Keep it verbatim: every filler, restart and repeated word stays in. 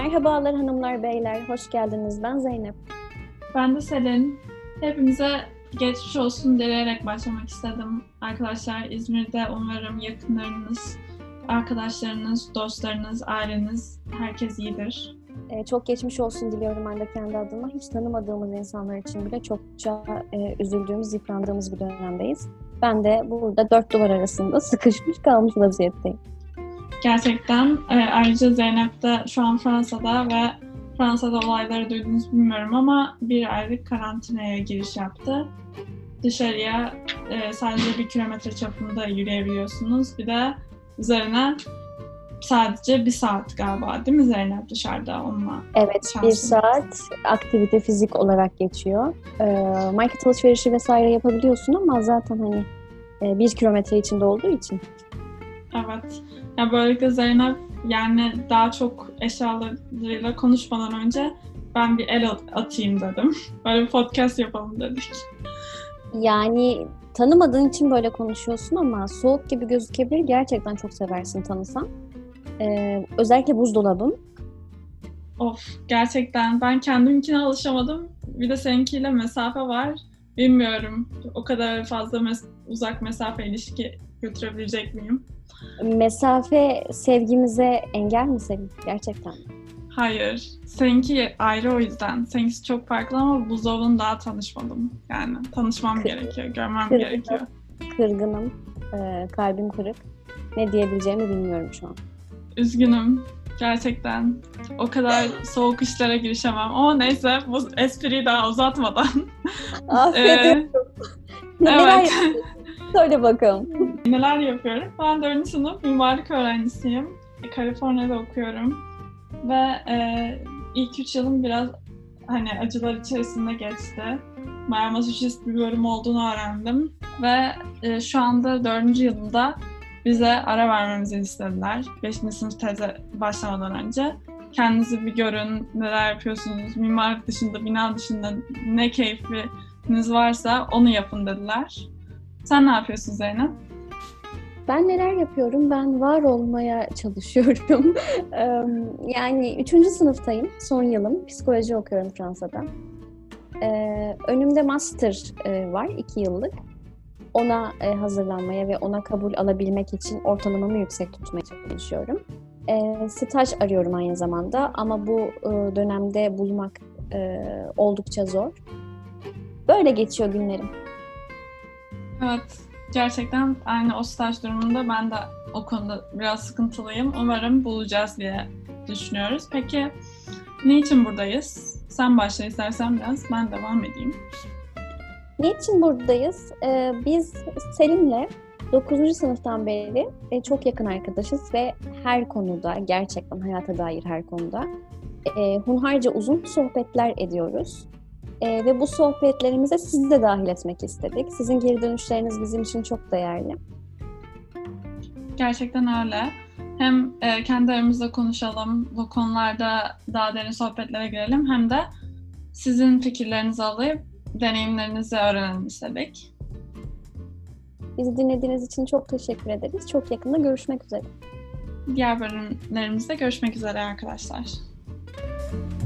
Merhabalar hanımlar, beyler. Hoş geldiniz. Ben Zeynep. Ben de Selin. Hepimize geçmiş olsun dileyerek başlamak istedim. Arkadaşlar İzmir'de umarım yakınlarınız, arkadaşlarınız, dostlarınız, aileniz, herkes iyidir. Ee, çok geçmiş olsun diliyorum ben de kendi adıma. Hiç tanımadığımız insanlar için bile çokça e, üzüldüğümüz, yıprandığımız bir dönemdeyiz. Ben de burada dört duvar arasında sıkışmış kalmış vaziyetteyim. Gerçekten. E, ayrıca Zeynep de şu an Fransa'da ve Fransa'da olayları duydunuz bilmiyorum ama bir aylık karantinaya giriş yaptı. Dışarıya e, sadece bir kilometre çapında yürüyebiliyorsunuz. Bir de üzerine sadece bir saat galiba değil mi Zeynep dışarıda onunla? Evet, şanslı. bir saat aktivite fizik olarak geçiyor. Ee, market alışverişi vesaire yapabiliyorsun ama zaten hani e, bir kilometre içinde olduğu için. Evet. Ya böylelikle Zeynep yani daha çok eşyalarıyla konuşmadan önce ben bir el atayım dedim. Böyle bir podcast yapalım dedik. Yani tanımadığın için böyle konuşuyorsun ama soğuk gibi gözükebilir. Gerçekten çok seversin tanısan. Ee, özellikle buzdolabım. Of gerçekten ben kendimkine alışamadım. Bir de seninkiyle mesafe var. Bilmiyorum o kadar fazla mes- uzak mesafe ilişki götürebilecek miyim? Mesafe sevgimize engel mi Selin? Gerçekten. Hayır. Seninki ayrı o yüzden. Seninkisi çok farklı ama buzdolabını daha tanışmadım. Yani tanışmam Kır- gerekiyor, görmem kırgınım. gerekiyor. Kırgınım. Ee, kalbim kırık. Ne diyebileceğimi bilmiyorum şu an. Üzgünüm. Gerçekten o kadar soğuk işlere girişemem. Ama neyse bu espriyi daha uzatmadan. Affederim. Ee, Neler evet. yapıyorsun? Söyle bakalım. Neler yapıyorum? Ben dördüncü sınıf mimarlık öğrencisiyim. Kaliforniya'da okuyorum. Ve e, ilk üç yılım biraz hani acılar içerisinde geçti. Bayağı masochist bir bölüm olduğunu öğrendim. Ve e, şu anda dördüncü yılımda bize ara vermemizi istediler. Beşinci sınıf teze başlamadan önce. Kendinizi bir görün, neler yapıyorsunuz, mimarlık dışında, bina dışında ne keyfiniz varsa onu yapın dediler. Sen ne yapıyorsun Zeynep? Ben neler yapıyorum? Ben var olmaya çalışıyorum. Eee, yani üçüncü sınıftayım. Son yılım. Psikoloji okuyorum Fransa'da. Eee, önümde master e, var. iki yıllık. Ona e, hazırlanmaya ve ona kabul alabilmek için ortalamamı yüksek tutmaya çalışıyorum. E, staj arıyorum aynı zamanda ama bu e, dönemde bulmak e, oldukça zor. Böyle geçiyor günlerim. Evet, gerçekten aynı o staj durumunda ben de o konuda biraz sıkıntılıyım. Umarım bulacağız diye düşünüyoruz. Peki niçin buradayız? Sen başla istersen biraz, ben devam edeyim. Niçin buradayız? Ee, biz Selin'le dokuzuncu sınıftan beri e, çok yakın arkadaşız ve her konuda, gerçekten hayata dair her konuda e, hunharca uzun sohbetler ediyoruz. E, ve bu sohbetlerimize sizi de dahil etmek istedik. Sizin geri dönüşleriniz bizim için çok değerli. Gerçekten öyle. Hem e, kendi aramızda konuşalım, bu konularda daha derin sohbetlere girelim hem de sizin fikirlerinizi alıp deneyimlerinizi öğrenelim istedik. Bizi dinlediğiniz için çok teşekkür ederiz. Çok yakında görüşmek üzere. Diğer bölümlerimizde görüşmek üzere arkadaşlar.